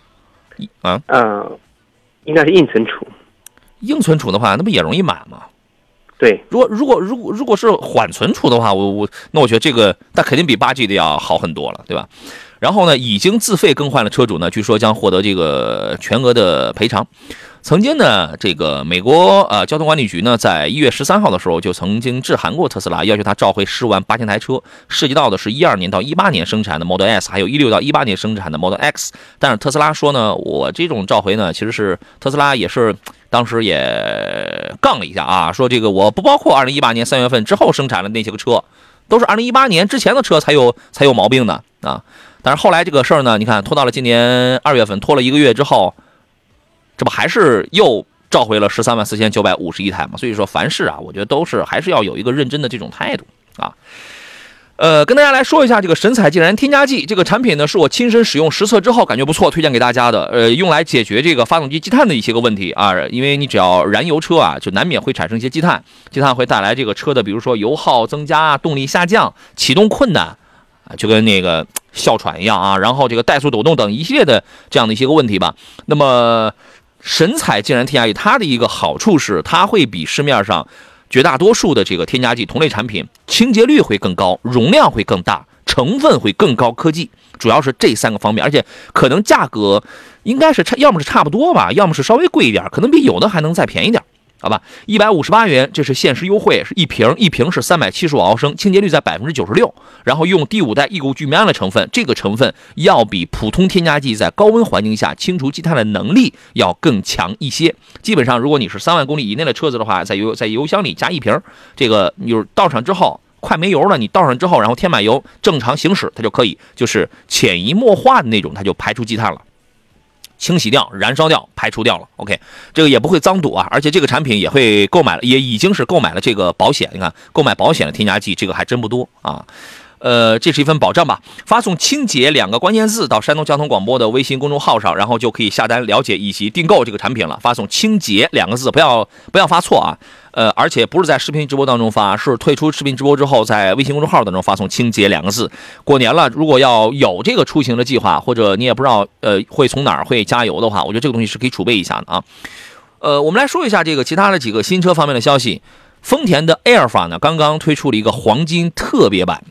应该是硬存储。 硬存储的话，那不也容易满吗？ 对， 如果是缓存储的话，那我觉得这个那肯定比8G 的要好很多了，对吧？然后呢，已经自费更换了车主呢，据说将获得这个全额的赔偿。曾经呢，这个美国交通管理局呢，在1月13号的时候就曾经致函过特斯拉，要求他召回108000台车，涉及到的是12年到18年生产的 Model S， 还有16到18年生产的 Model X。但是特斯拉说呢，我这种召回呢，其实是特斯拉也是当时也杠了一下啊，说这个我不包括2018年3月份之后生产的那些个车，都是2018年之前的车才有毛病的啊。但是后来这个事儿呢，你看拖到了今年2月份，拖了1个月之后。这不还是又召回了134951台嘛？所以说凡事啊，我觉得都是还是要有一个认真的这种态度啊。跟大家来说一下这个神采竟然添加剂这个产品呢，是我亲身使用实测之后感觉不错，推荐给大家的。用来解决这个发动机积碳的一些个问题啊，因为你只要燃油车啊，就难免会产生一些积碳，积碳会带来这个车的比如说油耗增加、动力下降、启动困难啊，就跟那个哮喘一样啊，然后这个怠速抖动等一系列的这样的一些个问题吧。那么神采竟然添加剂它的一个好处是，它会比市面上绝大多数的这个添加剂同类产品清洁率会更高，容量会更大，成分会更高科技，主要是这3个方面，而且可能价格应该是要么是差不多吧，要么是稍微贵一点，可能比有的还能再便宜点。好吧，158元，这是限时优惠，是一瓶是375毫升，清洁率在96%，然后用第5代异构聚醚胺的成分，这个成分要比普通添加剂在高温环境下清除积碳的能力要更强一些。基本上，如果你是3万公里以内的车子的话，在油箱里加一瓶，这个你倒上之后快没油了，你倒上之后，然后添满油，正常行驶，它就可以就是潜移默化的那种，它就排出积碳了。清洗掉、燃烧掉、排除掉了 ，OK， 这个也不会脏堵啊，而且这个产品也会购买了，也已经是购买了这个保险。你看，购买保险的添加剂，这个还真不多啊。这是一份保障吧。发送"清洁"2个关键字到山东交通广播的微信公众号上，然后就可以下单了解以及订购这个产品了。发送"清洁"2个字，不要发错啊。而且不是在视频直播当中发，是退出视频直播之后，在微信公众号当中发送"清洁"2个字。过年了，如果要有这个出行的计划，或者你也不知道会从哪儿会加油的话，我觉得这个东西是可以储备一下的啊。我们来说一下这个其他的几个新车方面的消息。丰田的埃尔法呢，刚刚推出了一个黄金特别版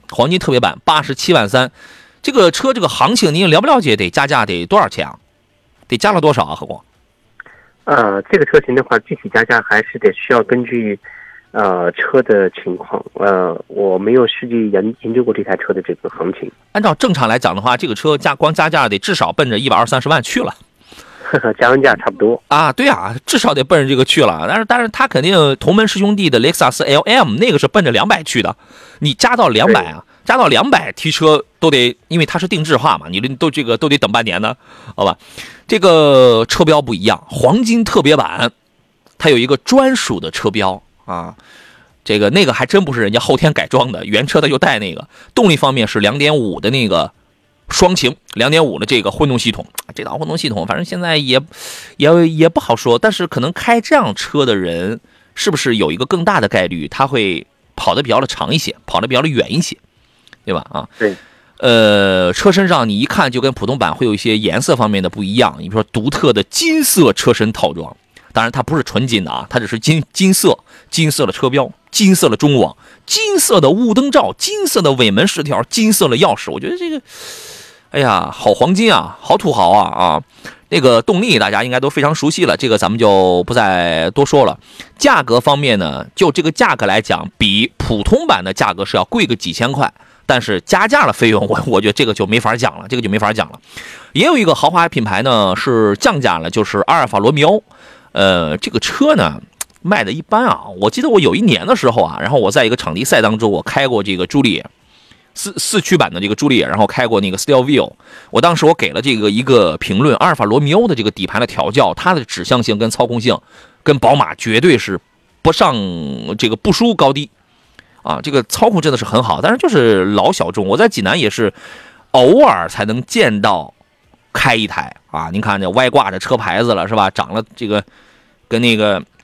87万3，这个车这个行情您了不了解？得加价得多少钱啊？得加了多少啊？何光？ 这个车型的话，具体加价还是需要根据车的情况。我没有实际研究过这台车的这个行情。 按照正常来讲的话，这个车光加价得至少奔着120-130万去了。 加完价差不多啊，对啊，至少得奔着这个去了。但是他肯定同门师兄弟的雷克萨斯 LM 那个是奔着200去的，你加到200啊，加到200提车都得，因为它是定制化嘛，你都得等半年呢，好吧？这个车标不一样，黄金特别版它有一个专属的车标啊，那个还真不是人家后天改装的，原车它就带那个。动力方面是 2.5 的那个双擎 2.5 的这个混动系统，这套混动系统反正现在也不好说，但是可能开这样车的人是不是有一个更大的概率他会跑得比较的长一些，跑得比较的远一些，对吧？啊， 对。 车身上你一看就跟普通版会有一些颜色方面的不一样，你比如说独特的金色车身套装，当然它不是纯金的啊，它只是金色的车标，金色的中网，金色的雾灯罩，金色的尾门饰条，金色的钥匙，我觉得这个哎呀，好黄金啊，好土豪啊！那个动力大家应该都非常熟悉了，这个咱们就不再多说了。价格方面呢，就这个价格来讲，比普通版的价格是要贵个几千块，但是加价的费用，我觉得这个就没法讲了，也有一个豪华品牌呢是降价了，就是阿尔法罗密欧。这个车呢卖的一般啊。我记得我有一年的时候啊，然后我在一个场地赛当中，我开过这个朱丽叶。四驱版的这个朱丽叶，然后开过那个 Stelvio， 我当时我给了这个一个评论，阿尔法罗密欧的这个底盘的调教，它的指向性跟操控性跟宝马绝对是不输高低啊，这个操控真的是很好，但是就是老小众，我在济南也是偶尔才能见到开一台啊。您看这歪挂着车牌子了是吧？长了这个跟那个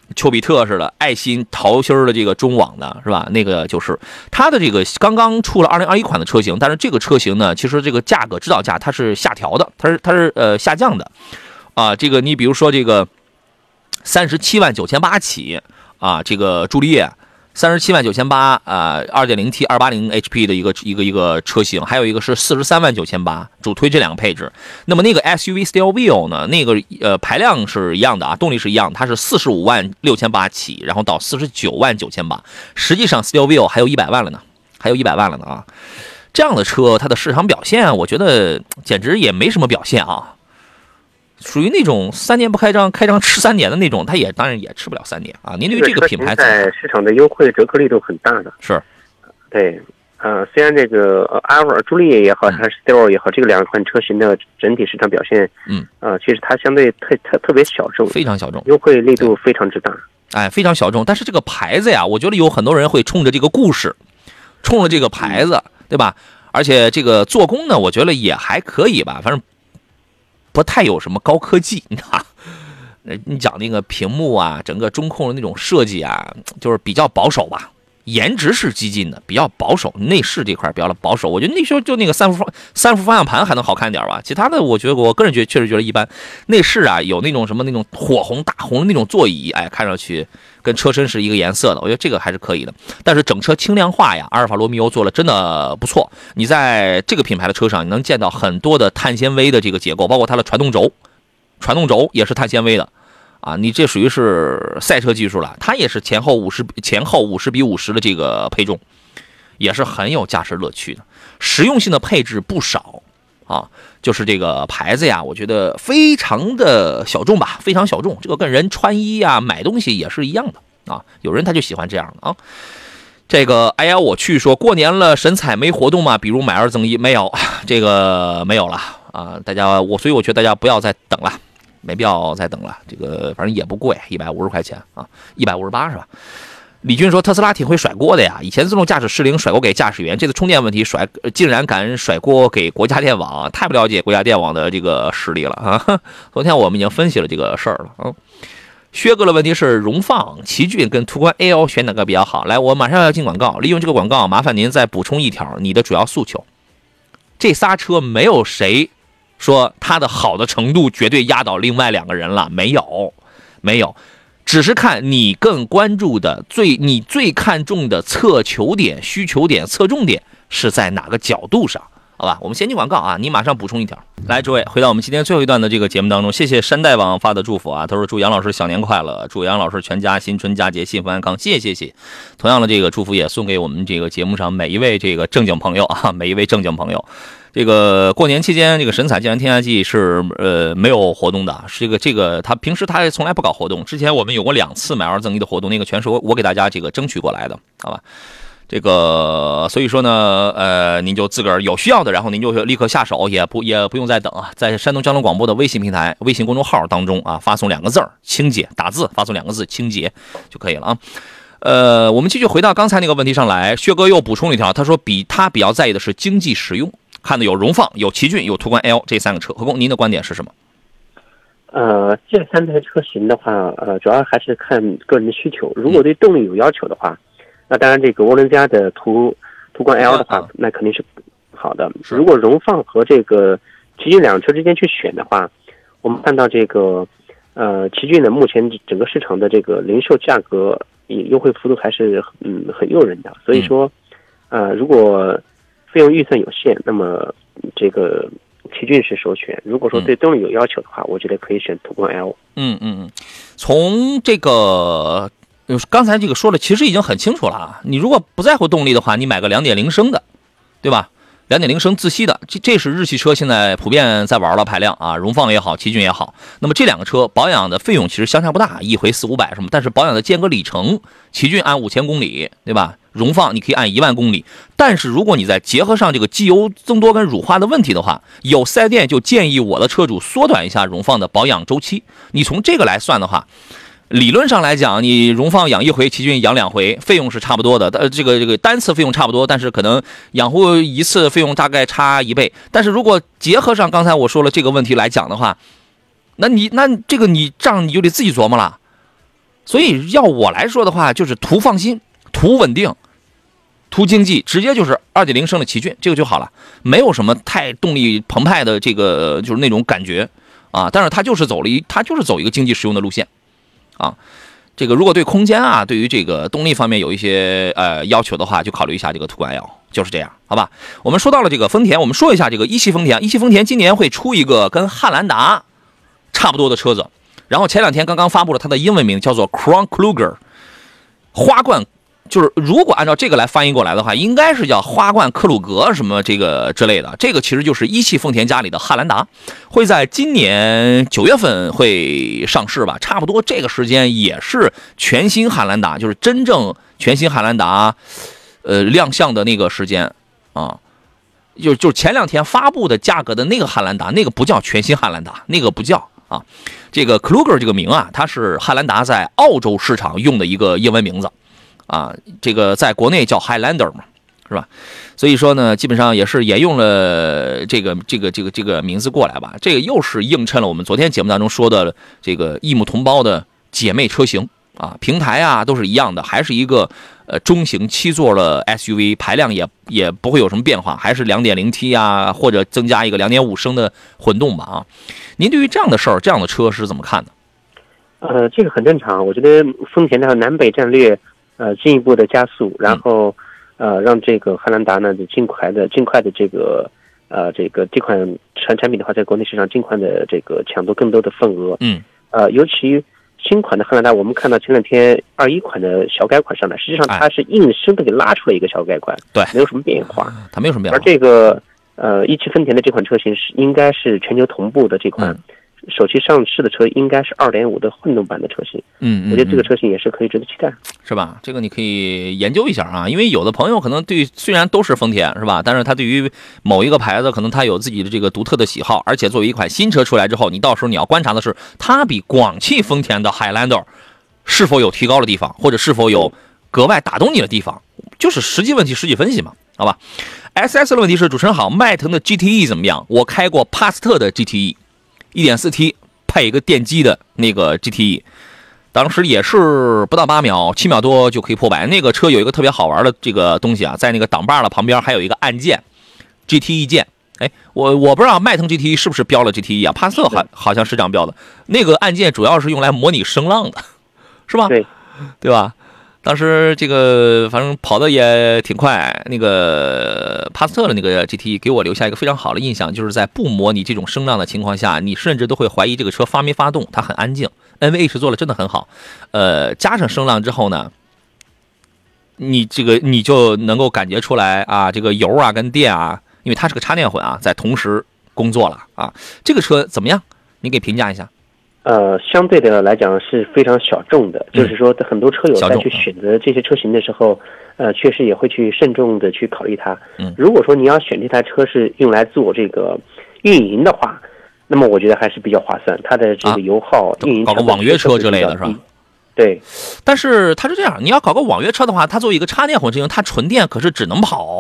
丘比特似的爱心桃心的这个中网的是吧？那个就是它的这个刚刚出了2021款的车型，但是这个车型呢，其实这个价格指导价它是下调的，它是下降的啊。这个你比如说这个37.98万起啊，这个朱丽叶。37.98万2.0T 280HP 的一个车型，还有一个是43.98万，主推这两个配置。那么那个 SUV Stelvio 呢，那个排量是一样的啊，动力是一样，它是45.68万起，然后到49.98万。实际上 Stelvio 还有100万了呢，啊！这样的车它的市场表现，我觉得简直也没什么表现啊。属于那种3年不开张，开张吃3年的那种，它当然也吃不了3年啊。您对这个品牌在市场的优惠折扣力度很大的， 是， 对，虽然这个朱丽叶也好，还是 Stelvio 也好，这个两款车型的整体市场表现，其实它相对特别小众， 非常小众， 优惠力度非常之大， 哎，非常小众。但是这个牌子呀，我觉得有很多人会冲着这个故事，冲着这个牌子，对吧？而且这个做工呢，我觉得也还可以吧，反正。不太有什么高科技，你知道，你讲那个屏幕啊，整个中控的那种设计啊，就是比较保守吧。颜值是激进的，比较保守。内饰这块比较保守，我觉得那时候就那个三幅方向盘还能好看点吧。其他的，我个人确实觉得一般。内饰啊，有那种什么那种火红大红的那种座椅，哎，看上去跟车身是一个颜色的，我觉得这个还是可以的。但是整车轻量化呀，阿尔法罗密欧做了真的不错。你在这个品牌的车上，你能见到很多的碳纤维的这个结构，包括它的传动轴也是碳纤维的。啊，你这属于是赛车技术了，它也是前后50:50的这个配重，也是很有驾驶乐趣的。实用性的配置不少啊，就是这个牌子呀，我觉得非常的小众吧，非常小众。这个跟人穿衣啊、买东西也是一样的啊，有人他就喜欢这样的啊。这个哎呀，我去说过年了，神采没活动吗？比如买2赠1，没有，这个没有了啊。所以我觉得大家不要再等了。没必要再等了，这个反正也不贵，150块钱啊，158是吧？李军说特斯拉挺会甩锅的呀，以前自动驾驶失灵甩锅给驾驶员，这次充电问题竟然敢甩锅给国家电网，太不了解国家电网的这个实力了啊！昨天我们已经分析了这个事儿了啊。薛哥的问题是荣放、奇骏跟途观 L 选哪个比较好？来，我马上要进广告，利用这个广告，麻烦您再补充一条你的主要诉求。这仨车没有谁说它的好的程度绝对压倒另外2个人了，没有，只是看你更关注的你最看重的侧求点、需求点、侧重点是在哪个角度上，好吧？我们先进广告啊，你马上补充一条。来，诸位，回到我们今天最后一段的这个节目当中，谢谢山大网发的祝福啊，他说祝杨老师小年快乐，祝杨老师全家新春佳节幸福安康，谢谢。同样的这个祝福也送给我们这个节目上每一位这个正经朋友啊，每一位正经朋友。这个过年期间，这个神采健然天下季是没有活动的，是这个他平时他也从来不搞活动。之前我们有过2次买2赠1的活动，那个全是我给大家这个争取过来的，好吧？这个所以说呢，您就自个儿有需要的，然后您就立刻下手，也不用再等啊，在山东交通广播的微信平台、微信公众号当中啊，发送2个字“清洁”，打字发送2个字“清洁”就可以了啊。我们继续回到刚才那个问题上来，薛哥又补充了一条，他说他比较在意的是经济实用。看的有荣放、有奇骏、有途观 L 这3个车，何工，您的观点是什么？ 这3台车型的话，主要还是看个人的需求。如果对动力有要求的话，那当然这个涡轮加的途观 L 的话，那肯定是好的。如果荣放和这个奇骏2车之间去选的话，我们看到这个奇骏的目前整个市场的这个零售价格优惠幅度还是很诱人的，所以说如果费用预算有限，那么这个奇骏是首选。如果说对动力有要求的话，我觉得可以选途观 L。 从这个刚才这个说的其实已经很清楚了啊。你如果不在乎动力的话，你买个2.0升的，对吧？2.0升自吸的，这是日系车现在普遍在玩了排量啊，荣放也好，奇骏也好。那么这2个车保养的费用其实相差不大，一回400-500什么，但是保养的间隔里程，奇骏按5000公里，对吧？荣放你可以按1万公里。但是如果你再结合上这个机油增多跟乳化的问题的话，有4S店就建议我的车主缩短一下荣放的保养周期。你从这个来算的话，理论上来讲，你荣放养1回，奇骏养2回，费用是差不多的。这个单次费用差不多，但是可能养护1次费用大概差1倍。但是如果结合上刚才我说了这个问题来讲的话，那这个你账你就得自己琢磨了。 所以要我来说的话，就是图放心、图稳定、图经济，直接就是 2.0 升的奇骏，这个就好了，没有什么太动力澎湃的这个就是那种感觉啊。但是它就是走一个经济实用的路线啊。这个如果对空间啊，对于这个动力方面有一些要求的话，就考虑一下这个途观 L， 就是这样，好吧？我们说到了这个丰田，我们说一下这个一汽丰田。一汽丰田今年会出一个跟汉兰达差不多的车子，然后前2天刚刚发布了它的英文名，叫做 Crown Kluger， 花冠。就是如果按照这个来翻译过来的话，应该是叫花冠克鲁格什么这个之类的。这个其实就是一汽丰田家里的汉兰达，会在今年9月份会上市吧，差不多这个时间也是全新汉兰达，就是真正全新汉兰达亮相的那个时间啊。就前2天发布的价格的那个汉兰达，那个不叫全新汉兰达，那个不叫啊。这个 Kluger 这个名啊，它是汉兰达在澳洲市场用的一个英文名字。啊，这个在国内叫 Highlander 嘛，是吧？所以说呢，基本上也是沿用了这个名字过来吧。这个又是映衬了我们昨天节目当中说的这个异母同胞的姐妹车型啊，平台啊都是一样的，还是一个中型7座的 SUV， 排量也不会有什么变化，还是 2.0T 啊，或者增加一个 2.5 升的混动吧啊。您对于这样的事儿、这样的车是怎么看的？ 这个很正常，我觉得丰田的南北战略。进一步的加速，然后让这个汉兰达呢尽快的这款产品的话，在国内市场尽快的这个抢夺更多的份额。尤其新款的汉兰达，我们看到前2天21款的小改款上来，实际上它是硬生的给拉出了一个小改款， 对， 没有什么变化， 它没有什么变化。 而这个一汽丰田的这款车型应该是全球同步的这款。首期上市的车应该是 2.5 的混动版的车型，我觉得这个车型也是可以值得期待， 是吧？这个你可以研究一下啊，因为有的朋友可能虽然都是丰田是吧，但是他对于某一个牌子可能他有自己的这个独特的喜好，而且作为一款新车出来之后，你到时候你要观察的是它比广汽丰田的 Highlander 是否有提高的地方，或者是否有格外打动你的地方，就是实际问题实际分析嘛，好吧 ？SS 的问题是，主持人好，迈腾的 GTE 怎么样？我开过帕萨特的 GTE。1.4T 配一个电机的那个 GTE， 当时也是不到8秒，7秒多就可以破百。那个车有一个特别好玩的这个东西啊，在那个挡把的旁边还有一个按键 ，GTE 键。哎，我不知道迈腾 GTE 是不是标了 GTE 啊？帕萨特好像是这样标的。那个按键主要是用来模拟声浪的，是吧？对吧？当时这个反正跑的也挺快，那个帕萨特的那个 GTE 给我留下一个非常好的印象，就是在不模拟这种声浪的情况下，你甚至都会怀疑这个车发没发动，它很安静。NVH 做的真的很好，加上声浪之后呢，你就能够感觉出来啊，这个油啊跟电啊，因为它是个插电混啊，在同时工作了啊。这个车怎么样？你给评价一下。 相对的来讲是非常小众的，就是说很多车友在去选择这些车型的时候，确实也会去慎重的去考虑它。如果说你要选这台车是用来做这个运营的话，那么我觉得还是比较划算，它的这个油耗、运营搞个网约车之类的是吧？ 对。 但是它是这样，你要搞个网约车的话，它作为一个插电混车型，它纯电可是只能跑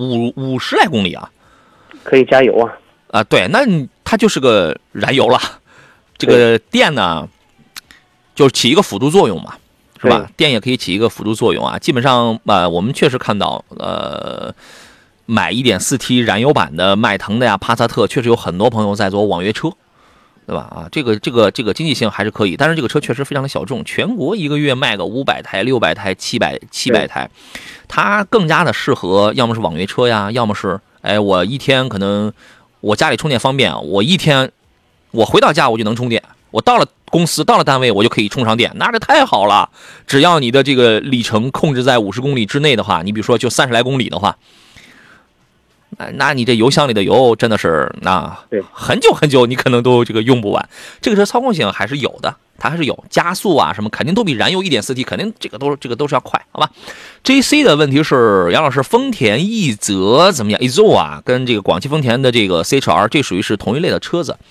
50来公里啊。 可以加油啊。 啊，对，那它就是个燃油了。这个电呢，就起一个辅助作用嘛，是吧？电也可以起一个辅助作用啊。基本上我们确实看到，买 1.4T 燃油版的迈腾的呀、帕萨特，确实有很多朋友在做网约车，对吧？啊，这个经济性还是可以，但是这个车确实非常的小众，全国一个月卖个500台、600台、700台，它更加的适合要么是网约车呀，要么是我一天可能我家里充电方便，我一天。我回到家我就能充电，我到了公司到了单位我就可以充上电，那这太好了。只要你的这个里程控制在50公里之内的话，你比如说就30来公里的话，那你这油箱里的油真的是很久很久你可能都这个用不完。这个车操控性还是有的，它还是有加速啊什么，肯定都比燃油 1.4T 肯定这个都是要快，好吧。JC 的问题是，杨老师，丰田奕泽怎么样 ？Ezo 啊，跟这个广汽丰田的这个 CHR 这属于是同一类的车子。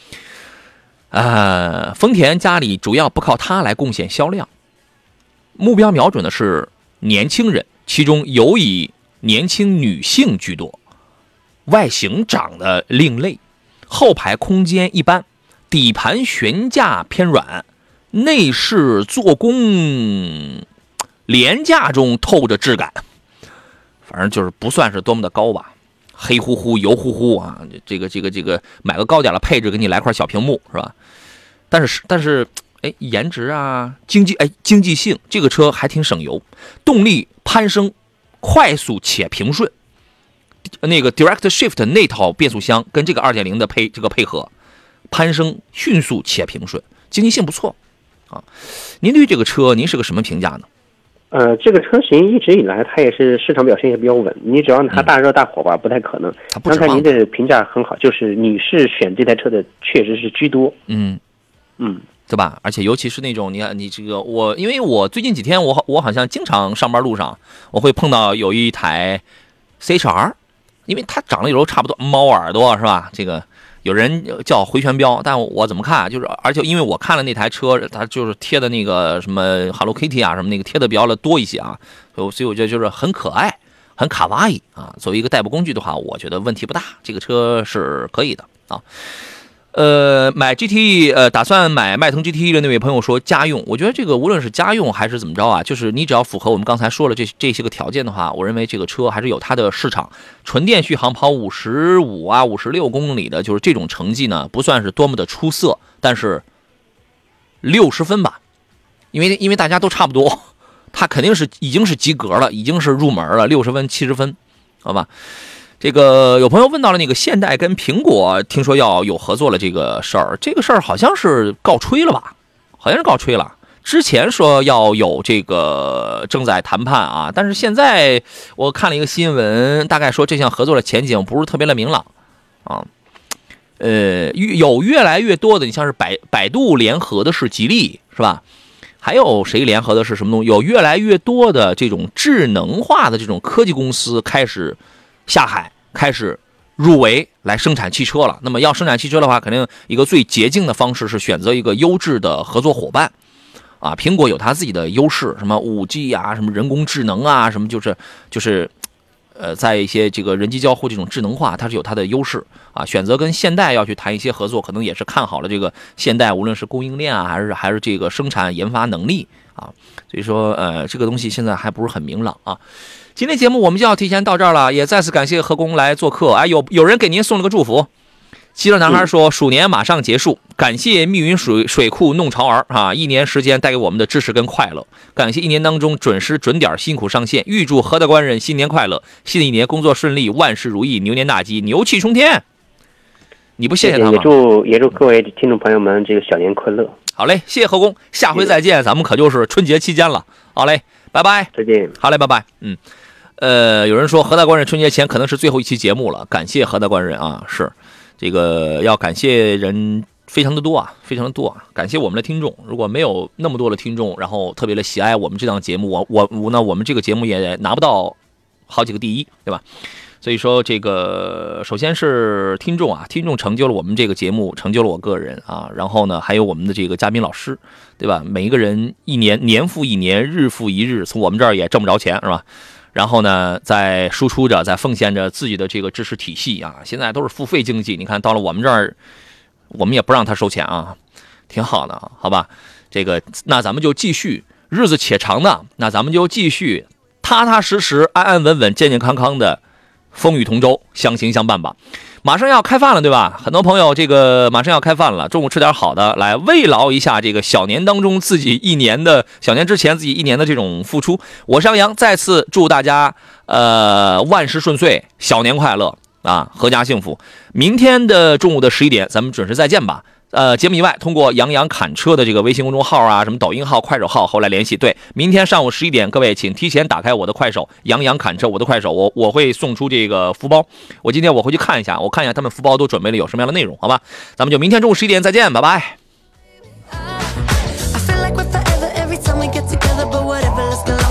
丰田家里主要不靠它来贡献销量，目标瞄准的是年轻人，其中尤以年轻女性居多。外形长得另类，后排空间一般，底盘悬架偏软， 内饰做工廉价中透着质感，反正就是不算是多么的高吧，黑乎乎油乎乎啊，这个买个高点的配置给你来块小屏幕是吧？但是哎，颜值啊，经济性，这个车还挺省油，动力攀升快速且平顺，那个 Direct Shift 那套变速箱跟这个 2.0 的配合，攀升迅速且平顺，经济性不错啊。您对于这个车您是个什么评价呢？ 这个车型一直以来它也是市场表现也比较稳，你指望它大热大火吧，不太可能。刚才您的评价很好，就是女士选这台车的确实是居多。对吧？而且尤其是那种你看你这个因为我最近几天我好像经常上班路上我会碰到有一台 CHR， 因为它长得有时候差不多猫耳朵是吧？这个有人叫回旋镖，但我怎么看就是，而且因为我看了那台车，它就是贴的那个什么 Hello Kitty 啊什么那个贴的比较的多一些啊，所以我觉得就是很可爱，很卡哇伊啊。作为一个代步工具的话，我觉得问题不大，这个车是可以的啊。买 GT 打算买迈腾 GT 的那位朋友说家用，我觉得这个无论是家用还是怎么着啊，就是你只要符合我们刚才说了这些个条件的话，我认为这个车还是有它的市场。纯电续航跑55啊56公里的，就是这种成绩呢，不算是多么的出色，但是60分吧，因为大家都差不多，它肯定是已经是及格了，已经是入门了，60分70分，好吧。这个有朋友问到了那个现代跟苹果听说要有合作了这个事儿，这个事儿好像是告吹了吧？好像是告吹了。之前说要有这个正在谈判啊，但是现在我看了一个新闻，大概说这项合作的前景不是特别的明朗啊。有越来越多的，你像是百度联合的是吉利是吧？还有谁联合的是什么东西？有越来越多的这种智能化的这种科技公司开始下海，开始入围来生产汽车了。那么要生产汽车的话，肯定一个最捷径的方式是选择一个优质的合作伙伴啊。苹果有它自己的优势，什么 5G 啊，什么人工智能啊，什么就是在一些这个人机交互这种智能化，它是有它的优势啊。选择跟现代要去谈一些合作，可能也是看好了这个现代无论是供应链啊，还是这个生产研发能力啊。所以说这个东西现在还不是很明朗啊。今天节目我们就要提前到这儿了，也再次感谢何工来做客。哎，有人给您送了个祝福。希乐男孩说，鼠年马上结束，感谢密云水库弄潮儿啊，1年时间带给我们的知识跟快乐，感谢1年当中准时准点辛苦上线，预祝何大官人新年快乐，新的一年工作顺利，万事如意，牛年大吉，牛气冲天。你不谢谢他吗？ 也祝各位听众朋友们这个小年快乐。 好嘞，谢谢何工，下回再见，咱们可就是春节期间了。好嘞，拜拜， 再见。 好嘞，拜拜。有人说何大官人春节前可能是最后一期节目了，感谢何大官人啊，是这个要感谢人非常的多啊，非常的多啊，感谢我们的听众。如果没有那么多的听众，然后特别的喜爱我们这档节目，我们这个节目也拿不到好几个第一，对吧？所以说这个首先是听众啊，听众成就了我们这个节目，成就了我个人啊，然后呢还有我们的这个嘉宾老师，对吧？每一个人年复一年，日复一日，从我们这儿也挣不着钱，是吧？然后呢，在输出着，在奉献着自己的这个知识体系啊。现在都是付费经济，你看到了我们这儿，我们也不让他收钱啊，挺好的，好吧？这个那咱们就继续，日子且长的，那咱们就继续踏踏实实、安安稳稳、健健康康的风雨同舟，相行相伴吧。马上要开饭了，对吧？很多朋友这个马上要开饭了，中午吃点好的，来慰劳一下这个小年当中小年之前自己1年的这种付出。我是杨洋，再次祝大家万事顺遂，小年快乐啊，阖家幸福。明天的中午的11点，咱们准时再见吧。节目以外，通过杨洋侃车的这个微信公众号啊，什么抖音号、快手号后来联系。对，明天上午11点，各位请提前打开我的快手，杨洋侃车我的快手，我会送出这个福包。今天我回去看一下，我看一下他们福包都准备了有什么样的内容，好吧？咱们就明天中午11点再见，拜拜。